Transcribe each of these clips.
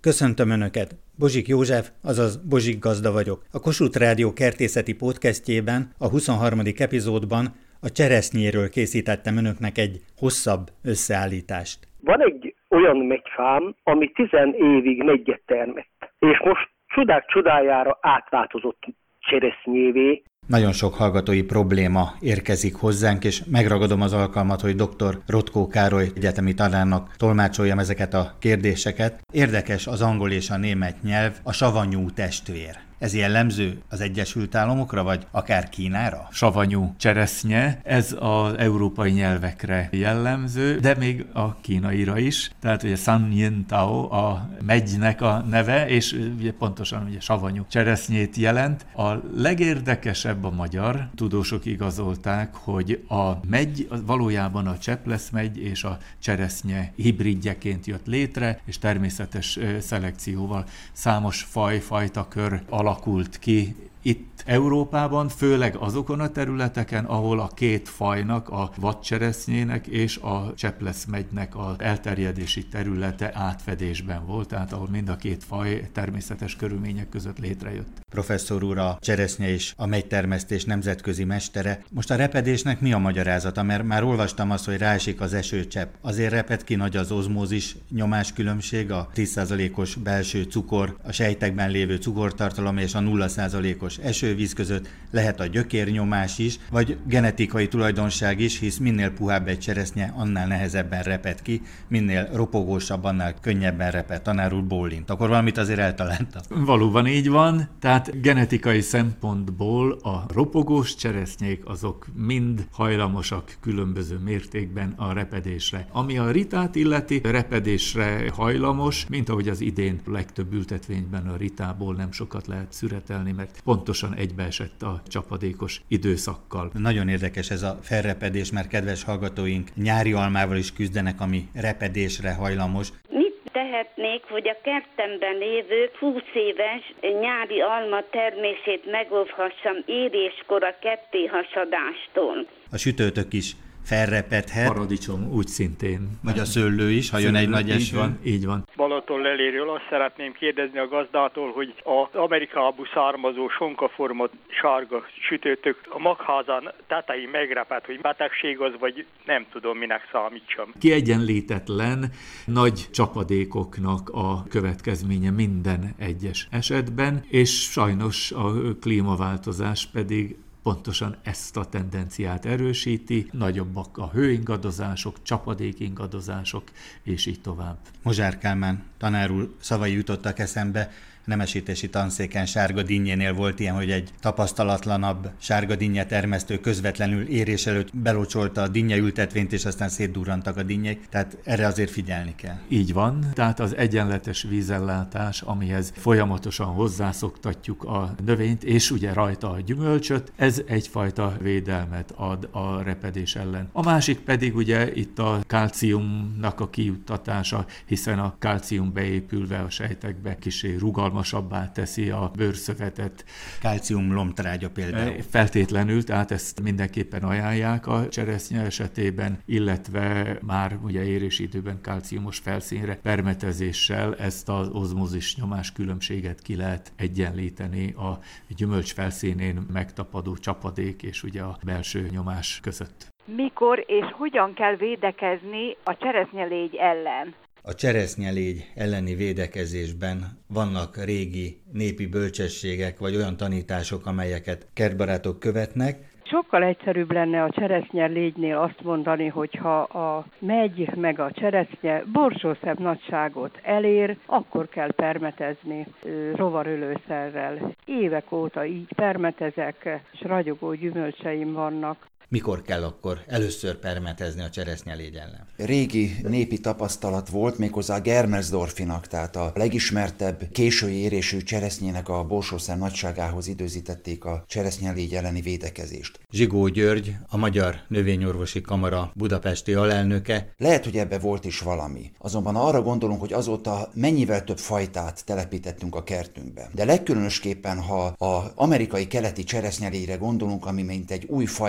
Köszöntöm Önöket! Bozsik József, azaz Bozsik Gazda vagyok. A Kossuth Rádió kertészeti podcastjében, a 23. epizódban a cseresznyéről készítettem Önöknek egy hosszabb összeállítást. Van egy olyan megyfám, ami 10 évig meggyet termett, és most csodák csodájára átváltozott cseresznyévé. Nagyon sok hallgatói probléma érkezik hozzánk, és megragadom az alkalmat, hogy dr. Rotkó Károly egyetemi tanárnak tolmácsoljam ezeket a kérdéseket. Érdekes az angol és a német nyelv, a savanyú testvér. Ez jellemző az Egyesült Államokra, vagy akár Kínára? Savanyú cseresznye, ez az európai nyelvekre jellemző, de még a kínaira is. Tehát ugye San Yin Tao a megynek a neve, és ugye pontosan ugye savanyú cseresznyét jelent. A legérdekesebb a magyar. Tudósok igazolták, hogy a megy valójában a csepleszmegy és a cseresznye hibridjeként jött létre, és természetes szelekcióval számos fajtakör alakult ki itt Európában, főleg azokon a területeken, ahol a két fajnak, a vadcseresznyének és a csepleszmegynek az elterjedési területe átfedésben volt, tehát ahol mind a két faj természetes körülmények között létrejött. Professzor úr, a cseresznye és a megytermesztés nemzetközi mestere. Most a repedésnek mi a magyarázata? Mert már olvastam azt, hogy ráesik az esőcsepp. Azért reped ki nagy az ozmózis nyomáskülönbség, a 10%-os belső cukor, a sejtekben lévő cukortartalom és a 0%-os esővíz között, lehet a gyökérnyomás is, vagy genetikai tulajdonság is, hisz minél puhább egy cseresznye, annál nehezebben reped ki, minél ropogósabb, annál könnyebben reped. Tanár úr bólint. Akkor valamit azért eltaláltak. Valóban így van, tehát genetikai szempontból a ropogós cseresznyék azok mind hajlamosak különböző mértékben a repedésre. Ami a ritát illeti, repedésre hajlamos, mint ahogy az idén legtöbb ültetvényben a ritából nem sokat lehet szüretelni, mert pontosan egybeesett a csapadékos időszakkal. Nagyon érdekes ez a felrepedés, mert kedves hallgatóink nyári almával is küzdenek, ami repedésre hajlamos. Mit tehetnék, hogy a kertemben lévő 20 éves nyári alma termését megóvhassam éréskor a kettéhasadástól? A sütőtök is felrepedhet. Paradicsom úgy szintén. Vagy a szőlő is, ha jön egy nagy eső. Így van. Balaton leléről azt szeretném kérdezni a gazdától, hogy az Amerikából származó sonkaforma sárga sütőtök a magházán tetején megreped, hogy betegség az, vagy nem tudom, minek számítsam. Kiegyenlítetlen nagy csapadékoknak a következménye minden egyes esetben, és sajnos a klímaváltozás pedig pontosan ezt a tendenciát erősíti, nagyobbak a hőingadozások, csapadékingadozások, és így tovább. Mozsár Kálmán tanár úr szavai jutottak eszembe, nemesítési tanszéken sárga dinnyénél volt ilyen, hogy egy tapasztalatlanabb sárga dinnye termesztő közvetlenül érés előtt belocsolta a dinnyeültetvényt, és aztán szétdurrantak a dinnyék, tehát erre azért figyelni kell. Így van, tehát az egyenletes vízellátás, amihez folyamatosan hozzászoktatjuk a növényt, és ugye rajta a gyümölcsöt, ez egyfajta védelmet ad a repedés ellen. A másik pedig ugye itt a kálciumnak a kijuttatása, hiszen a kálcium beépülve a sejtekbe kissé rugalmasabbá teszi a bőrszövetet. Kálcium lombtrágya például. Feltétlenül, tehát ezt mindenképpen ajánlják a cseresznye esetében, illetve már ugye érési időben kálciumos felszínre permetezéssel ezt az ozmózis nyomás különbséget ki lehet egyenlíteni a gyümölcs felszínén megtapadó csapadék és ugye a belső nyomás között. Mikor és hogyan kell védekezni a cseresznyelégy ellen? A cseresznyelégy elleni védekezésben vannak régi népi bölcsességek, vagy olyan tanítások, amelyeket kertbarátok követnek. Sokkal egyszerűbb lenne a cseresznyelégynél azt mondani, hogyha a megy meg a cseresznye borsószem nagyságot elér, akkor kell permetezni rovarölőszerrel. Évek óta így permetezek, és ragyogó gyümölcseim vannak. Mikor kell akkor először permetezni a cseresznyelégy ellen? Régi népi tapasztalat volt méghozzá a Germersdorfinak, tehát a legismertebb késői érésű cseresznyének a borsószem nagyságához időzítették a cseresznyelégy elleni védekezést. Zsigó György, a Magyar Növényorvosi Kamara budapesti alelnöke. Lehet, hogy ebbe volt is valami. Azonban arra gondolunk, hogy azóta mennyivel több fajtát telepítettünk a kertünkbe. De legkülönösképpen, ha az amerikai keleti cseresznyelégyre gondolunk, ami mint egy új fajként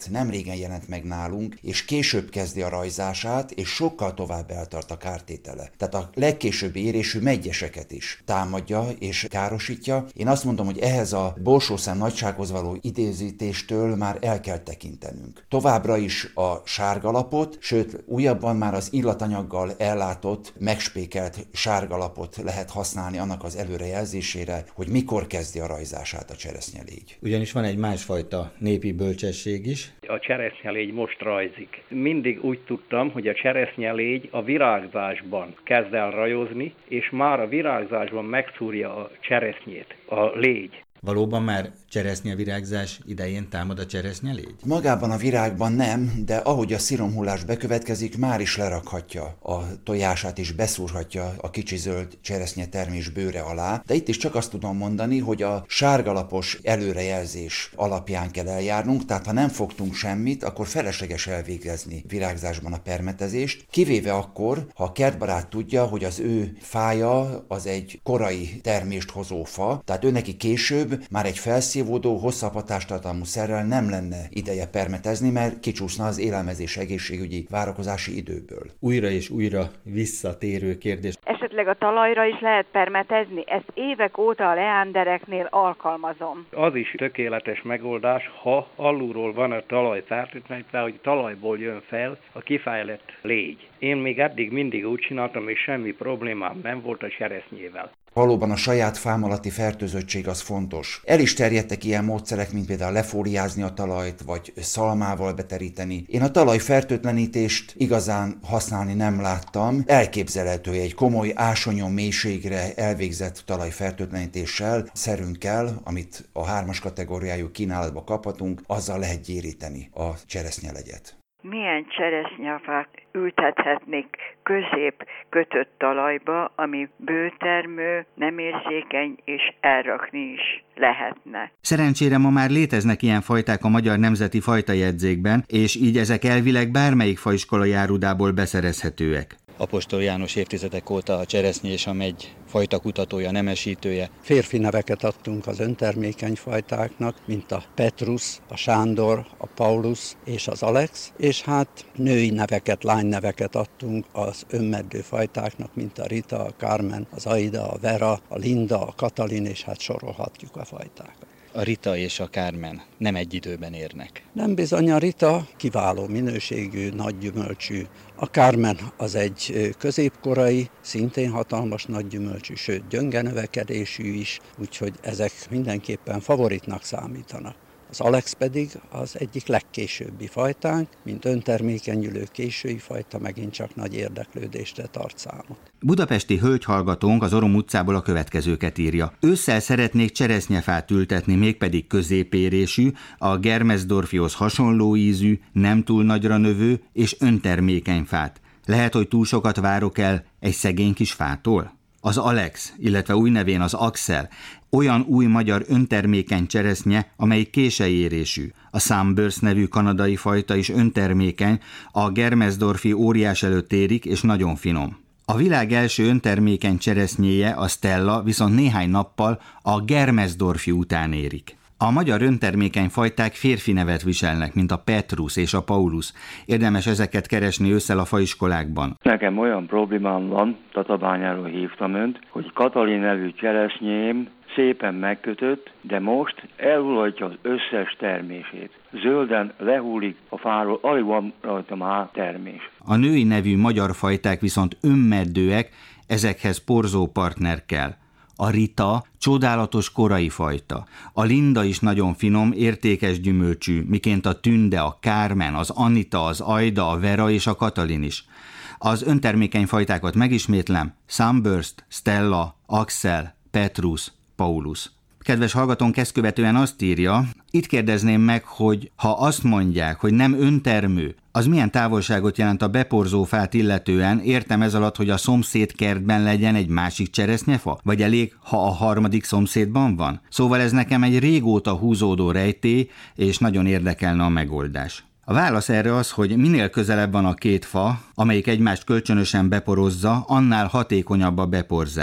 nem régen jelent meg nálunk, és később kezdi a rajzását, és sokkal tovább eltart a kártétele. Tehát a legkésőbbi érésű meggyeseket is támadja és károsítja. Én azt mondom, hogy ehhez a borsószem nagysághoz való idézítéstől már el kell tekintenünk. Továbbra is a sárgalapot, sőt újabban már az illatanyaggal ellátott, megspékelt sárgalapot lehet használni annak az előrejelzésére, hogy mikor kezdi a rajzását a cseresznyelégy. Ugyanis van egy másfajta népi bölcsesség is. A cseresznyelégy most rajzik. Mindig úgy tudtam, hogy a cseresznyelégy a virágzásban kezd el rajozni, és már a virágzásban megszúrja a cseresznyét, a légy. Valóban már cseresznyevirágzás idején támad a cseresznyelégy? Magában a virágban nem, de ahogy a sziromhullás bekövetkezik, már is lerakhatja a tojását és beszúrhatja a kicsi zöld cseresznye termés bőre alá. De itt is csak azt tudom mondani, hogy a sárgalapos előrejelzés alapján kell eljárnunk, tehát ha nem fogtunk semmit, akkor felesleges elvégezni virágzásban a permetezést, kivéve akkor, ha a kertbarát tudja, hogy az ő fája az egy korai termést hozó fa, tehát ő neki később már egy felszívódó, hosszabb hatástartalmú szerrel nem lenne ideje permetezni, mert kicsúszna az élelmezés egészségügyi várakozási időből. Újra és újra visszatérő kérdés. Esetleg a talajra is lehet permetezni? Ezt évek óta a leándereknél alkalmazom. Az is tökéletes megoldás, ha alulról van a talaj fertőtlenítve, hogy talajból jön fel a kifejlett légy. Én még eddig mindig úgy csináltam, és semmi problémám nem volt a cseresznyével. Valóban a saját fám alatti fertőzöttség az fontos. El is terjedtek ilyen módszerek, mint például lefóliázni a talajt, vagy szalmával beteríteni. Én a talaj fertőtlenítést igazán használni nem láttam. Elképzelhető, hogy egy komoly ásonyon mélységre elvégzett talajfertőtlenítéssel, szerünkkel, amit a 3-as kategóriájú kínálatba kaphatunk, azzal lehet gyéríteni a cseresznyelegyet. Milyen cseresznyefát ültethetnék közép kötött talajba, ami bőtermő, nem érzékeny és elrakni is lehetne? Szerencsére ma már léteznek ilyen fajták a Magyar Nemzeti Fajtajegyzékben, és így ezek elvileg bármelyik faiskola járudából beszerezhetőek. Apostol János évtizedek óta a cseresznye és a megy fajtakutatója, nemesítője. Férfi neveket adtunk az öntermékeny fajtáknak, mint a Petrus, a Sándor, a Paulus és az Alex, és hát női neveket, lányneveket adtunk az önmeddő fajtáknak, mint a Rita, a Carmen, az Aida, a Vera, a Linda, a Katalin, és hát sorolhatjuk a fajtákat. A Rita és a Carmen nem egy időben érnek. Nem bizony, a Rita kiváló minőségű, nagy gyümölcsű. A Carmen az egy középkorai, szintén hatalmas nagy gyümölcsű, sőt gyönge növekedésű is, úgyhogy ezek mindenképpen favoritnak számítanak. Az Alex pedig az egyik legkésőbbi fajtánk, mint öntermékenyülő késői fajta, megint csak nagy érdeklődésre tart számot. Budapesti hölgyhallgatónk az Orom utcából a következőket írja. Ősszel szeretnék cseresznyefát ültetni, mégpedig középérésű, a Germesdorfihoz hasonló ízű, nem túl nagyra növő és öntermékeny fát. Lehet, hogy túl sokat várok el egy szegény kis fától? Az Alex, illetve új nevén az Axel, olyan új magyar öntermékeny cseresznye, amelyik kései érésű. A Sunburst nevű kanadai fajta is öntermékeny, a Germesdorfi óriás előtt érik és nagyon finom. A világ első öntermékeny cseresznyéje, a Stella, viszont néhány nappal a Germesdorfi után érik. A magyar öntermékeny fajták férfi nevet viselnek, mint a Petrus és a Paulus. Érdemes ezeket keresni ősszel a faiskolákban. Nekem olyan problémám van, Tatabányáról hívtam önt, hogy Katalin nevű cseresznyém szépen megkötött, de most elhullhatja az összes termését. Zölden lehullik a fáról, alig van rajta már termés. A női nevű magyar fajták viszont önmeddőek, ezekhez porzó partner kell. A Rita csodálatos korai fajta. A Linda is nagyon finom, értékes gyümölcsű, miként a Tünde, a Carmen, az Anita, az Aida, a Vera és a Katalin is. Az öntermékeny fajtákat megismétlem: Sunburst, Stella, Axel, Petrus, Paulus. Kedves hallgatónk ezt követően azt írja, itt kérdezném meg, hogy ha azt mondják, hogy nem öntermő, az milyen távolságot jelent a beporzó fát illetően? Értem ez alatt, hogy a szomszéd kertben legyen egy másik cseresznyefa? Vagy elég, ha a harmadik szomszédban van? Szóval ez nekem egy régóta húzódó rejtély, és nagyon érdekelne a megoldás. A válasz erre az, hogy minél közelebb van a két fa, amelyik egymást kölcsönösen beporozza, annál hatékonyabb a beporzás.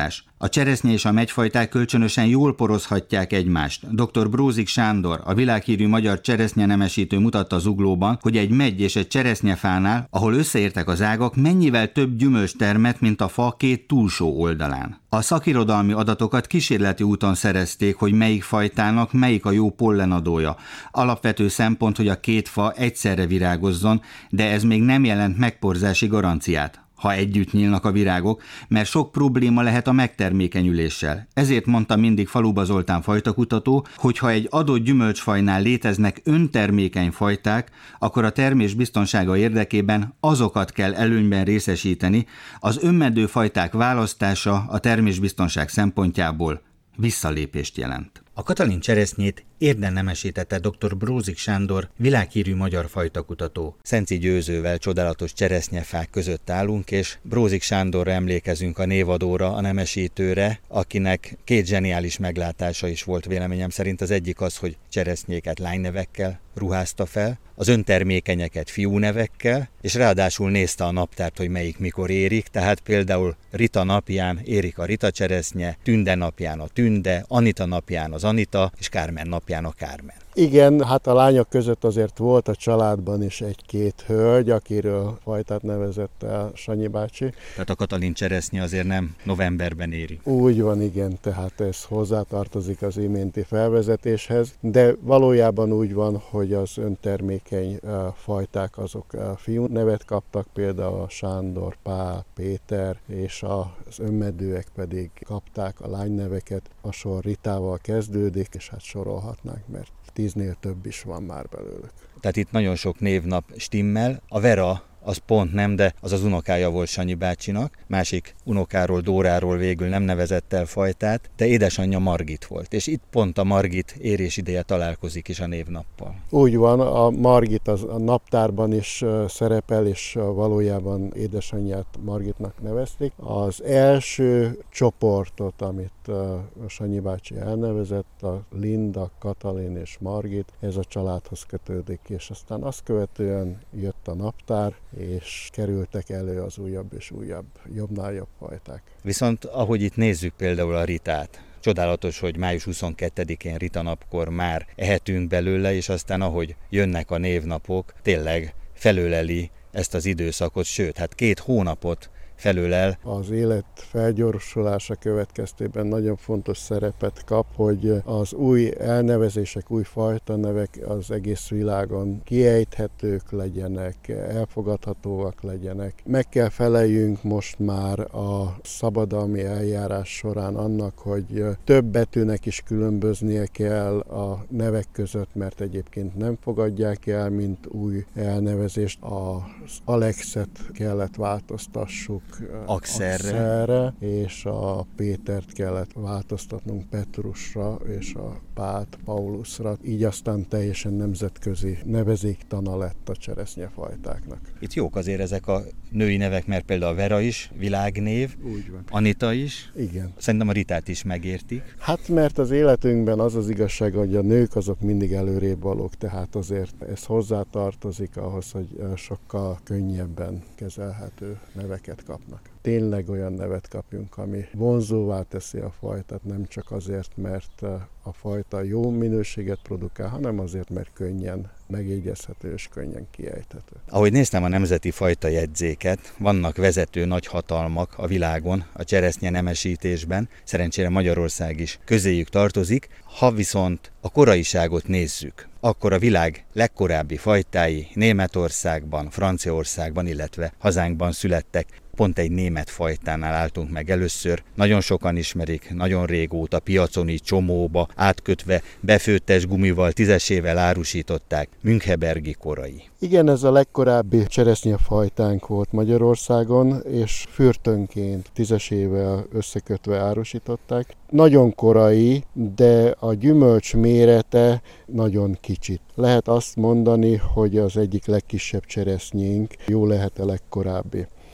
A cseresznye és a megyfajták kölcsönösen jól porozhatják egymást. Dr. Brózik Sándor, a világhírű magyar cseresznyenemesítő mutatta Zuglóban, hogy egy megy és egy cseresznyefánál, ahol összeértek az ágak, mennyivel több gyümölcs termet, mint a fa két túlsó oldalán. A szakirodalmi adatokat kísérleti úton szerezték, hogy melyik fajtának melyik a jó pollenadója. Alapvető szempont, hogy a két fa egyszerre virágozzon, de ez még nem jelent megporzási garanciát, ha együtt nyílnak a virágok, mert sok probléma lehet a megtermékenyüléssel. Ezért mondta mindig Faluba Zoltán fajtakutató, hogy ha egy adott gyümölcsfajnál léteznek öntermékeny fajták, akkor a termés biztonsága érdekében azokat kell előnyben részesíteni, az önmedő fajták választása a termésbiztonság szempontjából visszalépést jelent. A katalin cseresznyét érden nemesítette dr. Brózik Sándor, világhírű magyar fajtakutató. Szenci Győzővel csodálatos cseresznyefák között állunk, és Brózik Sándorra emlékezünk, a névadóra, a nemesítőre, akinek két zseniális meglátása is volt véleményem szerint. Az egyik az, hogy cseresznyéket lánynevekkel ruházta fel, az öntermékenyeket fiúnevekkel, és ráadásul nézte a naptárt, hogy melyik mikor érik, tehát például Rita napján érik a Rita cseresznye, Tünde napján a Tünde, Anita napján az Anita, és Kármen napján a Kármen. Igen, hát a lányok között azért volt a családban is egy-két hölgy, akiről fajtát nevezett el Sanyi bácsi. Tehát a katalin cseresznye azért nem novemberben éri. Úgy van, igen, tehát ez hozzátartozik az iménti felvezetéshez, de valójában úgy van, hogy az öntermékeny fajták azok fiú nevet kaptak, például a Sándor, Pál, Péter, és az önmedőek pedig kapták a lányneveket. A sor Ritával kezdődik, és hát sorolhatnánk, mert 10-nél több is van már belőlük. Tehát itt nagyon sok névnap stimmel. A Vera az pont nem, de az az unokája volt Sanyi bácsinak. Másik unokáról, Dóráról végül nem nevezett el fajtát, de édesanyja Margit volt. És itt pont a Margit érésideje találkozik is a névnappal. Úgy van, a Margit az a naptárban is szerepel, és valójában édesanyját Margitnak nevezték. Az első csoportot, amit Sanyi bácsi elnevezett, a Linda, Katalin és Margit, ez a családhoz kötődik, és aztán azt követően jött a naptár, és kerültek elő az újabb és újabb, jobbnál jobb fajták. Viszont ahogy itt nézzük például a Ritát, csodálatos, hogy május 22-én Rita napkor már ehetünk belőle, és aztán ahogy jönnek a névnapok, tényleg felöleli ezt az időszakot, sőt, hát 2 hónapot felölel. Az élet felgyorsulása következtében nagyon fontos szerepet kap, hogy az új elnevezések, új fajtanevek az egész világon kiejthetők legyenek, elfogadhatóak legyenek. Meg kell feleljünk most már a szabadalmi eljárás során annak, hogy több betűnek is különböznie kell a nevek között, mert egyébként nem fogadják el, mint új elnevezést. Az Alexet kellett változtassuk Axerre, és a Pétert kellett változtatnunk Petrusra, és a Pált Paulusra. Így aztán teljesen nemzetközi nevezéktana lett a cseresznyefajtáknak. Itt jók azért ezek a női nevek, mert például a Vera is világnév, úgy van. Anita is. Igen. Szerintem a Ritát is megértik. Hát mert az életünkben az az igazság, hogy a nők azok mindig előrébb valók, tehát azért ez hozzátartozik ahhoz, hogy sokkal könnyebben kezelhető neveket kapnak. Tényleg olyan nevet kapjunk, ami vonzóvá teszi a fajtát, nem csak azért, mert a fajta jó minőséget produkál, hanem azért, mert könnyen megjegyezhető és könnyen kiejthető. Ahogy néztem a nemzeti fajtajegyzéket, vannak vezető nagyhatalmak a világon a cseresznye nemesítésben, szerencsére Magyarország is közéjük tartozik. Ha viszont a koraiságot nézzük, akkor a világ legkorábbi fajtái Németországban, Franciaországban, illetve hazánkban születtek. Pont egy német fajtánál álltunk meg először. Nagyon sokan ismerik, nagyon régóta piaconi csomóba átkötve, befőttes gumival, 10-esével árusították, Münchebergi korai. Igen, ez a legkorábbi cseresznyefajtánk volt Magyarországon, és fürtönként 10-esével összekötve árusították. Nagyon korai, de a gyümölcs mérete nagyon kicsit. Lehet azt mondani, hogy az egyik legkisebb cseresznyénk, jó lehet a legkorábbi.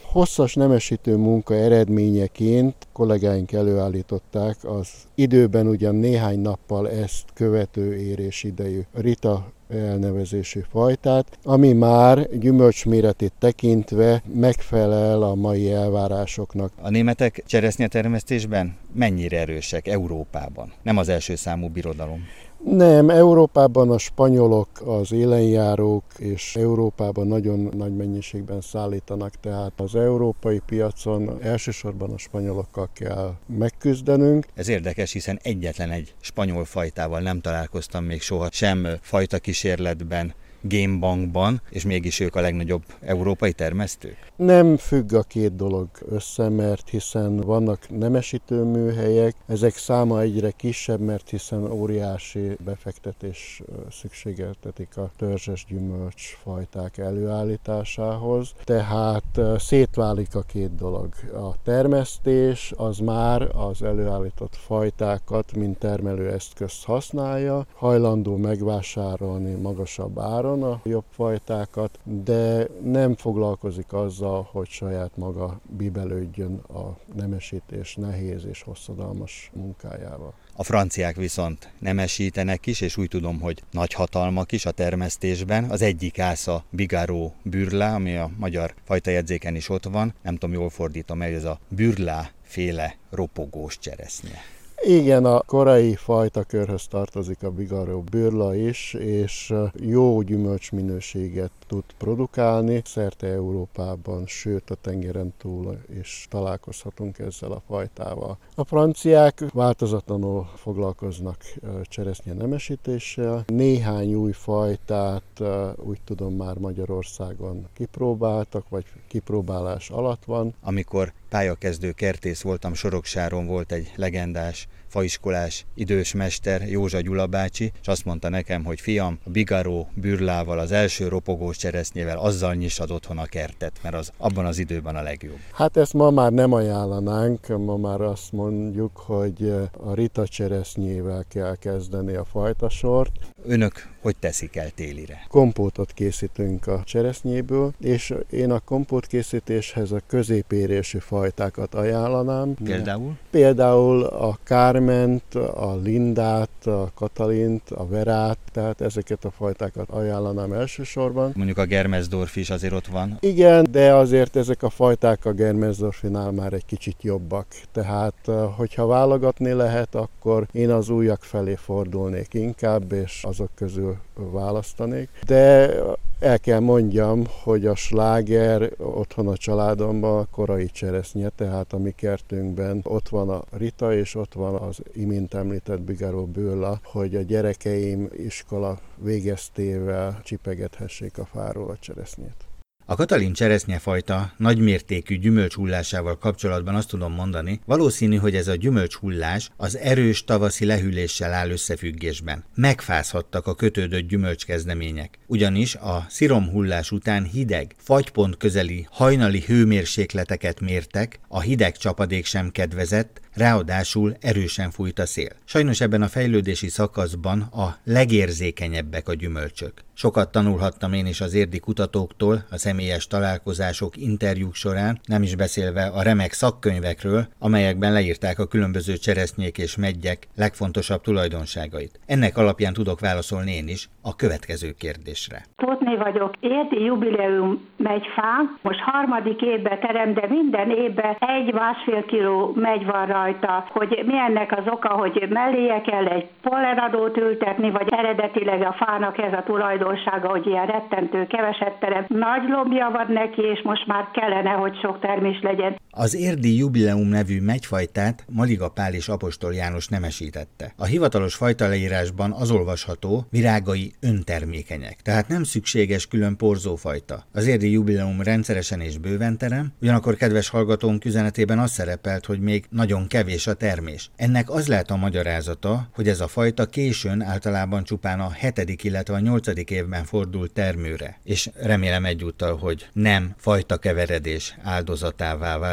hosszas nemesítő munka eredményeként kollégáink előállították az időben ugyan néhány nappal ezt követő érésidejű Rita elnevezésű fajtát, ami már gyümölcsméretét tekintve megfelel a mai elvárásoknak. A németek cseresznyetermesztésben mennyire erősek Európában? Nem az első számú birodalom. Nem, Európában a spanyolok az élenjárók, és Európában nagyon nagy mennyiségben szállítanak, tehát az európai piacon elsősorban a spanyolokkal kell megküzdenünk. Ez érdekes, hiszen egyetlen egy spanyol fajtával nem találkoztam még soha sem fajta kísérletben, génbankban, és mégis ők a legnagyobb európai termesztők? Nem függ a két dolog össze, mert hiszen vannak nemesítőműhelyek, ezek száma egyre kisebb, mert hiszen óriási befektetés szükségeltetik a törzses gyümölcsfajták előállításához, tehát szétválik a két dolog. A termesztés az már az előállított fajtákat, mint termelőeszközt használja, hajlandó megvásárolni magasabb áron a jobb fajtákat, de nem foglalkozik azzal, hogy saját maga bibelődjön a nemesítés nehéz és hosszadalmas munkájával. A franciák viszont nemesítenek is, és úgy tudom, hogy nagy hatalmak is a termesztésben. Az egyik ásza Bigarreau Burla, ami a magyar fajtajegyzéken is ott van. Nem tudom, jól fordítom el, ez a Burla féle ropogós cseresznye. Igen, a korai fajtakörhöz tartozik a Bigarreau Burla is, és jó gyümölcsminőséget tud produkálni. Szerte Európában, sőt a tengeren túl is találkozhatunk ezzel a fajtával. A franciák változatlanul foglalkoznak cseresznye nemesítéssel. Néhány új fajtát úgy tudom már Magyarországon kipróbáltak, vagy kipróbálás alatt van. Amikor pályakezdő kertész voltam, Soroksáron volt egy legendás faiskolás idős mester, Józsa Gyula bácsi, és azt mondta nekem, hogy fiam, a Bigarreau Burlával, az első ropogós cseresznyével azzal nyissad otthon a kertet, mert az abban az időben a legjobb. Hát ezt ma már nem ajánlanánk, ma már azt mondjuk, hogy a Rita cseresznyével kell kezdeni a fajtasort. Önök hogy teszik el télire? Kompótot készítünk a cseresznyéből, és én a kompótkészítéshez a középérésű fajtákat ajánlanám. Például? Például a Carment, a Lindát, a Katalint, a Verát, tehát ezeket a fajtákat ajánlanám elsősorban. Mondjuk a Germesdorf is azért ott van. Igen, de azért ezek a fajták a Germesdorfinál már egy kicsit jobbak. Tehát, hogyha válogatni lehet, akkor én az újak felé fordulnék inkább, és azok közül választanék. De el kell mondjam, hogy a sláger otthon a családomban a korai cseresznye, tehát a mi kertünkben ott van a Rita, és ott van az imént említett Bigarreau Burla, hogy a gyerekeim iskola végeztével csipegethessék a fáról a cseresznyét. A Katalin cseresznyefajta nagymértékű gyümölcshullásával kapcsolatban azt tudom mondani, valószínű, hogy ez a gyümölcshullás az erős tavaszi lehűléssel áll összefüggésben. Megfázhattak a kötődött gyümölcskezdemények, ugyanis a sziromhullás után hideg, fagypont közeli hajnali hőmérsékleteket mértek, a hideg csapadék sem kedvezett, ráadásul erősen fújt a szél. Sajnos ebben a fejlődési szakaszban a legérzékenyebbek a gyümölcsök. Sokat tanulhattam én is az érdi kutatóktól, a személyes találkozások, interjúk során, nem is beszélve a remek szakkönyvekről, amelyekben leírták a különböző cseresznyék és meggyek legfontosabb tulajdonságait. Ennek alapján tudok válaszolni én is a következő kérdésre. Tótné vagyok, érdi jubileum megy fá, most 3. évbe terem, de minden évben 1,5 kiló megy van rajta, hogy mi ennek az oka, hogy melléje kell egy polleradót ültetni, vagy eredetileg a fának ez a tulajdonsága, hogy ilyen rettentő keveset terem. Nagy lombja van neki, és most már kellene, hogy sok termés legyen. Az érdi jubileum nevű megyfajtát Maliga Pál és Apostol János nemesítette. A hivatalos fajtaleírásban az olvasható, virágai öntermékenyek, tehát nem szükséges külön porzófajta. Az érdi jubileum rendszeresen és bőven terem, ugyanakkor kedves hallgatónk üzenetében az szerepelt, hogy még nagyon kevés a termés. Ennek az lehet a magyarázata, hogy ez a fajta későn, általában csupán a 7., illetve a 8. évben fordul termőre, és remélem egyúttal, hogy nem fajta keveredés áldozatává vált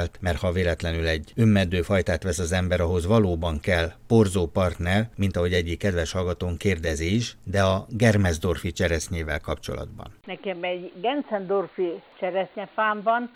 vált, mert ha véletlenül egy önmeddő fajtát vesz az ember, ahhoz valóban kell porzó partner, mint ahogy egyik kedves hallgatón kérdezi is, de a Germesdorfi cseresznyével kapcsolatban. Nekem egy Gensendorfi cseresznyefám van,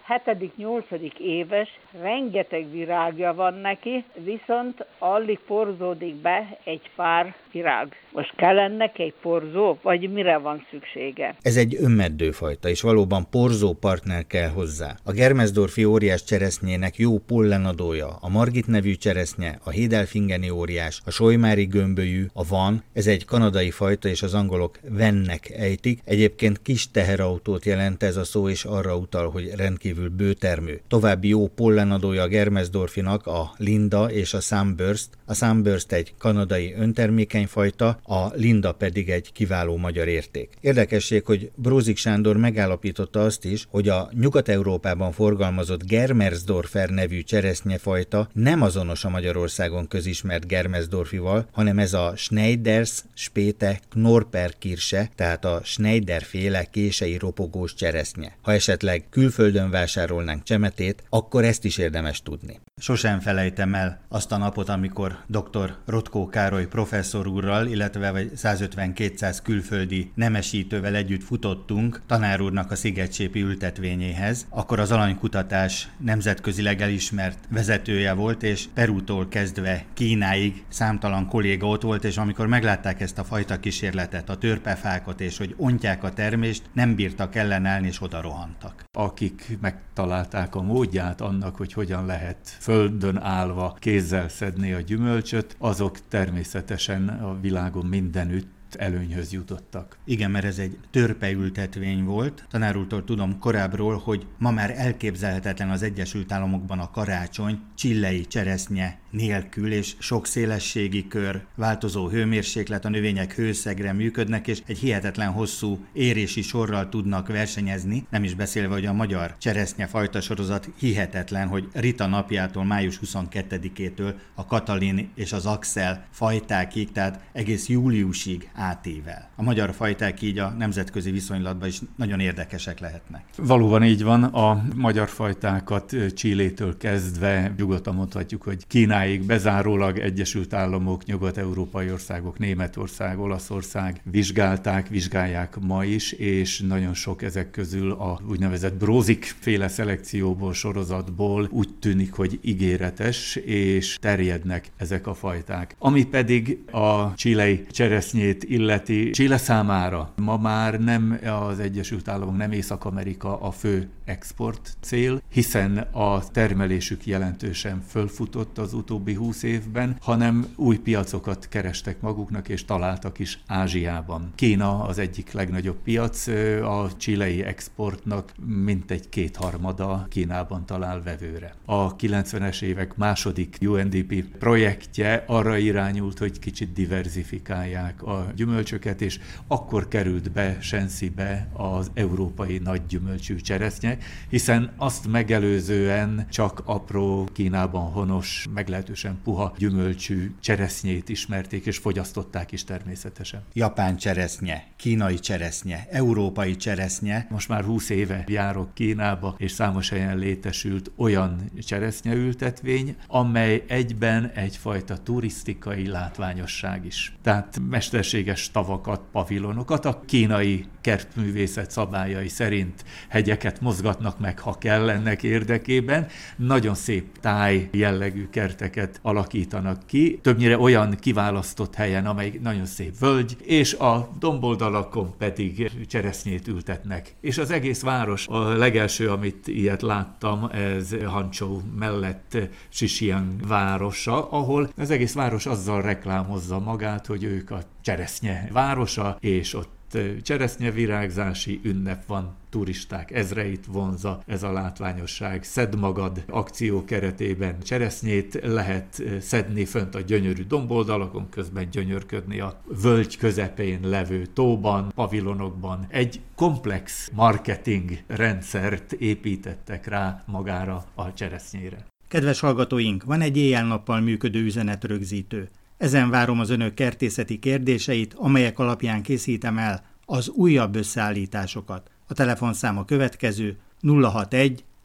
7.-8. éves, rengeteg virágja van neki, viszont alig porzódik be egy pár virág. Most kell ennek egy porzó, vagy mire van szüksége? Ez egy önmeddőfajta, és valóban porzó partner kell hozzá. A Germesdorfi óriás cseresznyének jó pollenadója, a Margit nevű cseresznye, a Hédelfingeni óriás, a Solymári gömbölyű, a Van, ez egy kanadai fajta, és az angolok Vannek ejtik. Egyébként kis teherautót jelent ez a szó, és arra utal, hogy rendkívül bőtermő. További jó pollenadója a Germesdorfinak a Linda és a Sunburst. A Sunburst egy kanadai öntermékeny fajta, a Linda pedig egy kiváló magyar érték. Érdekesség, hogy Brózik Sándor megállapította azt is, hogy a Nyugat-Európában forgalmazott Germersdorfer nevű cseresznyefajta nem azonos a Magyarországon közismert Germesdorfival, hanem ez a Schneiders Späte Knorperkirsche, tehát a Schneider-féle kései ropogós cseresznye. Ha esetleg külföldön vásárolnánk csemetét, akkor ezt is érdemes tudni. Sosem felejtem el azt a napot, amikor dr. Rotkó Károly professzor úrral, illetve 150-200 külföldi nemesítővel együtt futottunk tanár úrnak a szigetsépi ültetvényéhez. Akkor az alanykutatás nemzetközileg elismert vezetője volt, és Perútól kezdve Kínáig számtalan kolléga ott volt, és amikor meglátták ezt a fajta kísérletet, a törpefákat, és hogy ontják a termést, nem bírtak ellenállni, és oda rohantak. Akik megtalálták a módját annak, hogy hogyan lehet földön állva kézzel szedni a gyümölcsöt, azok természetesen a világon mindenütt előnyhöz jutottak. Igen, mert ez egy törpeültetvény volt. Tanár úrtól tudom korábbról, hogy ma már elképzelhetetlen az Egyesült Államokban a karácsony csillei cseresznye nélkül, és sok szélességi kör, változó hőmérséklet, a növények hőszegre működnek, és egy hihetetlen hosszú érési sorral tudnak versenyezni, nem is beszélve, hogy a magyar cseresznye fajta sorozat hihetetlen, hogy Rita napjától május 22-től a Katalin és az Axel fajtákig, tehát egész júliusig átível. A magyar fajták így a nemzetközi viszonylatban is nagyon érdekesek lehetnek. Valóban így van, a magyar fajtákat Chilétől kezdve nyugodtan mondhatjuk, hogy Kínáig bezárólag Egyesült Államok, nyugat-európai országok, Németország, Olaszország vizsgálják ma is, és nagyon sok ezek közül a úgynevezett Brózik féle szelekcióból, sorozatból úgy tűnik, hogy ígéretes, és terjednek ezek a fajták. Ami pedig a chilei cseresznyét illeti, Chile számára ma már nem az Egyesült Államok, nem Észak-Amerika a fő export cél, hiszen a termelésük jelentősen fölfutott az utóbbi 20 évben, hanem új piacokat kerestek maguknak, és találtak is Ázsiában. Kína az egyik legnagyobb piac, a chilei exportnak mintegy 2/3 Kínában talál vevőre. A 90-es évek második UNDP projektje arra irányult, hogy kicsit diverzifikálják a gyümölcsöket, és akkor került be Shanxibe az európai nagy gyümölcsű cseresznye, hiszen azt megelőzően csak apró, Kínában honos, meglehetősen puha gyümölcsű cseresznyét ismerték, és fogyasztották is természetesen. Japán cseresznye, kínai cseresznye, európai cseresznye. Most már 20 éve járok Kínába, és számos helyen létesült olyan cseresznyeültetvény, amely egyben egyfajta turisztikai látványosság is. Tehát mesterséges tavakat, pavilonokat a kínai kertművészet szabályai szerint hegyeket mozgatnak meg, ha kell ennek érdekében. Nagyon szép táj jellegű kerteket alakítanak ki, többnyire olyan kiválasztott helyen, amely nagyon szép völgy, és a domboldalakon pedig cseresznyét ültetnek. És az egész város, a legelső, amit ilyet láttam, ez Hangzhou mellett Zhejiang városa, ahol az egész város azzal reklámozza magát, hogy ők a cseresznye városa, és ott cseresznyevirágzási ünnep van, turisták ezreit vonza ez a látványosság. Szedd magad akció keretében cseresznyét lehet szedni fönt a gyönyörű domboldalakon, közben gyönyörködni a völgy közepén levő tóban, pavilonokban. Egy komplex marketing rendszert építettek rá magára a cseresznyére. Kedves hallgatóink, van egy éjjel-nappal működő üzenetrögzítő. Ezen várom az önök kertészeti kérdéseit, amelyek alapján készítem el az újabb összeállításokat. A telefonszám a következő: 061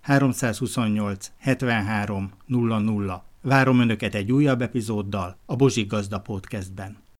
328 73 00. Várom Önöket egy újabb epizóddal a Bozsik Gazda Podcastben.